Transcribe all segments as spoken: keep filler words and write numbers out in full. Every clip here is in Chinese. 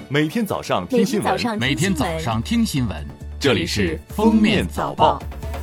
每天早上听新闻， 每天早上听新闻， 这里是封面早报。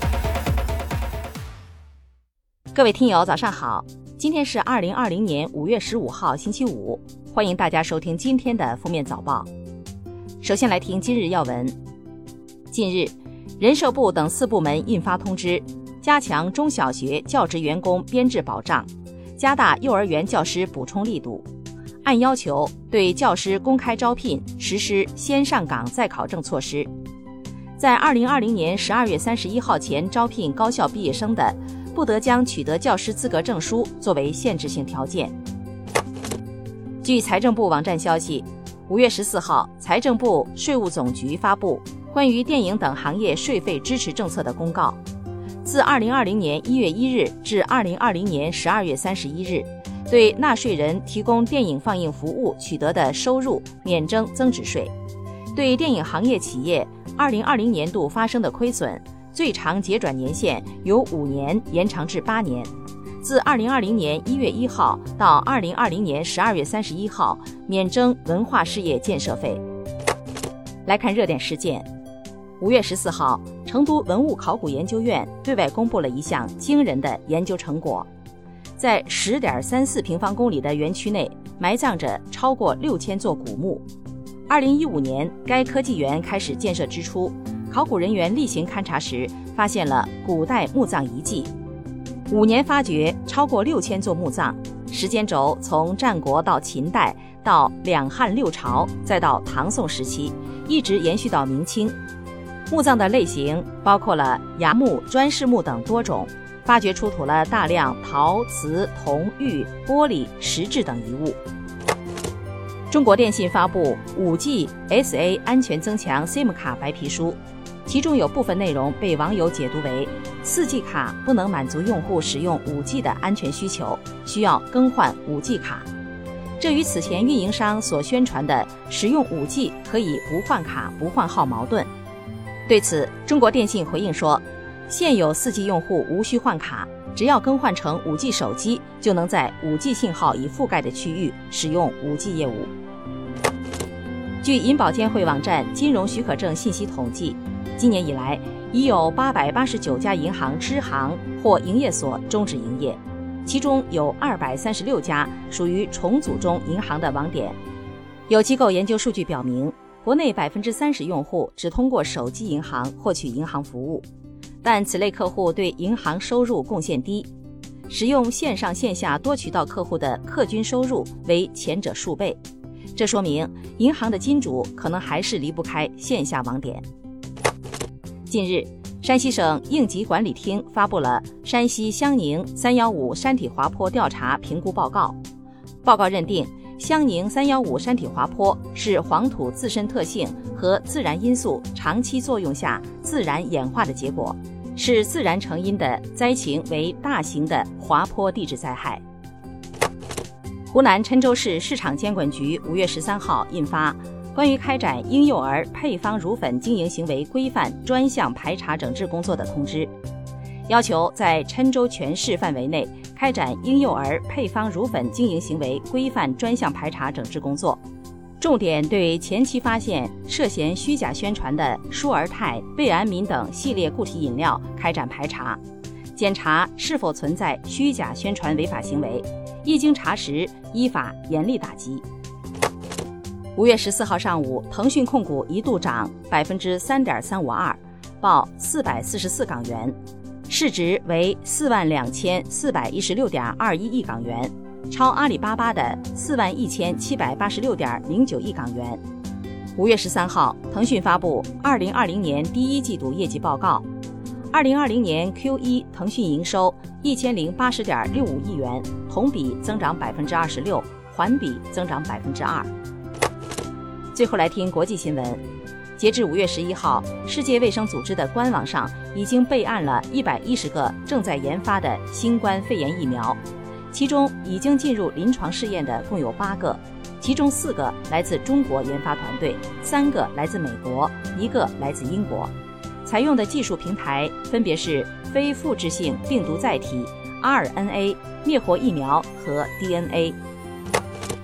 各位听友早上好，今天是二零二零年五月十五号星期五，欢迎大家收听今天的封面早报。首先来听今日要闻。近日，人社部等四部门印发通知，加强中小学教职员工编制保障，加大幼儿园教师补充力度，按要求对教师公开招聘实施先上岗再考证措施。在二零二零年十二月三十一号前招聘高校毕业生的，不得将取得教师资格证书作为限制性条件。据财政部网站消息，五月十四号，财政部、税务总局发布关于电影等行业税费支持政策的公告。自二零二零年一月一日至二零二零年十二月三十一日，对纳税人提供电影放映服务取得的收入免征增值税。对电影行业企业二零二零年度发生的亏损，最长结转年限由五年延长至八年，自二零二零年一月一号到二零二零年十二月三十一号免征文化事业建设费。来看热点事件。五月十四号，成都文物考古研究院对外公布了一项惊人的研究成果。在 十点三四平方公里的园区内埋葬着超过六千座古墓。二零一五年，该科技园开始建设之初，考古人员例行勘察时发现了古代墓葬遗迹。五年发掘超过六千座墓葬，时间轴从战国到秦代，到两汉六朝，再到唐宋时期，一直延续到明清。墓葬的类型包括了崖墓、砖室墓等多种，发掘出土了大量陶、瓷、铜、玉、玻璃、石质等遗物。中国电信发布 五 G S A 安全增强 SIM 卡白皮书，其中有部分内容被网友解读为 四 G 卡不能满足用户使用 五 G 的安全需求，需要更换 五 G 卡。这与此前运营商所宣传的使用 五 G 可以不换卡不换号矛盾。对此，中国电信回应说，现有 四 G 用户无需换卡，只要更换成 五 G 手机，就能在 五 G 信号已覆盖的区域使用 五 G 业务。据银保监会网站金融许可证信息统计，今年以来已有八百八十九家银行支行或营业所终止营业，其中有二百三十六家属于重组中银行的网点。有机构研究数据表明，国内 百分之三十 用户只通过手机银行获取银行服务，但此类客户对银行收入贡献低，使用线上线下多渠道客户的客均收入为前者数倍。这说明银行的金主可能还是离不开线下网点。近日，山西省应急管理厅发布了山西襄宁三一五山体滑坡调查评估报告。报告认定，襄宁三一五山体滑坡是黄土自身特性和自然因素长期作用下自然演化的结果，是自然成因的灾情为大型的滑坡地质灾害。湖南郴州市市场监管局五月十三号印发关于开展婴幼儿配方乳粉经营行为规范专项排查整治工作的通知，要求在郴州全市范围内开展婴幼儿配方乳粉经营行为规范专项排查整治工作，重点对前期发现涉嫌虚假宣传的舒尔泰、贝安敏等系列固体饮料开展排查，检查是否存在虚假宣传违法行为，一经查实，依法严厉打击。五月十四号上午，腾讯控股一度涨 百分之三点三五二， 报四百四十四港元，市值为四万两千四百一十六点二一亿港元，超阿里巴巴的四万一千七百八十六点零九亿港元。五月十三号，腾讯发布二零二零年第一季度业绩报告。二零二零年 Q 一 腾讯营收一千零八十点六五亿元，同比增长百分之二十六，环比增长百分之二。最后来听国际新闻。截至五月十一号，世界卫生组织的官网上已经备案了一百一十个正在研发的新冠肺炎疫苗，其中已经进入临床试验的共有八个，其中四个来自中国研发团队，三个来自美国，一个来自英国。采用的技术平台分别是非复制性病毒载体、R N A、灭活疫苗和 D N A。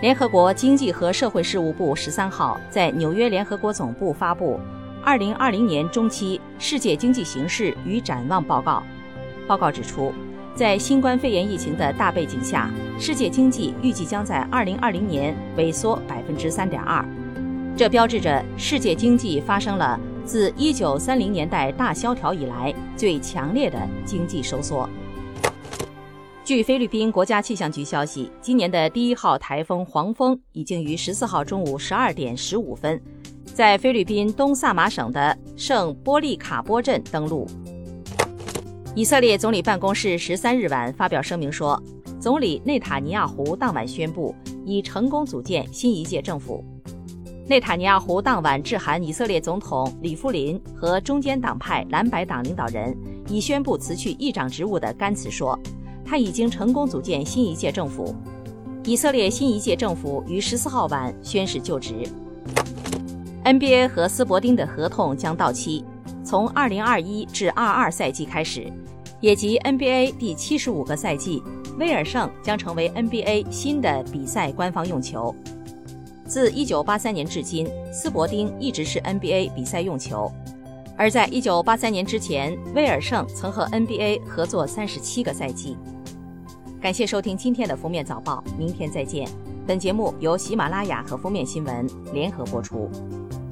联合国经济和社会事务部十三号在纽约联合国总部发布二零二零年中期世界经济形势与展望报告。报告指出，在新冠肺炎疫情的大背景下，世界经济预计将在二零二零年萎缩 百分之三点二， 这标志着世界经济发生了自一九三零年代大萧条以来最强烈的经济收缩。据菲律宾国家气象局消息，今年的第一号台风黄蜂已经于十四号中午十二点十五分在菲律宾东萨马省的圣波利卡波镇登陆。以色列总理办公室十三日晚发表声明说，总理内塔尼亚胡当晚宣布已成功组建新一届政府。内塔尼亚胡当晚致函以色列总统里夫林和中间党派蓝白党领导人，已宣布辞去议长职务的甘茨说，他已经成功组建新一届政府。以色列新一届政府于十四号晚宣誓就职。N B A 和斯伯丁的合同将到期，从二零二一至二二赛季开始，也即 N B A 第七十五个赛季，威尔胜将成为 N B A 新的比赛官方用球。自一九八三年至今，斯伯丁一直是 N B A 比赛用球，而在一九八三年之前，威尔胜曾和 N B A 合作三十七个赛季。感谢收听今天的封面早报，明天再见。本节目由喜马拉雅和封面新闻联合播出。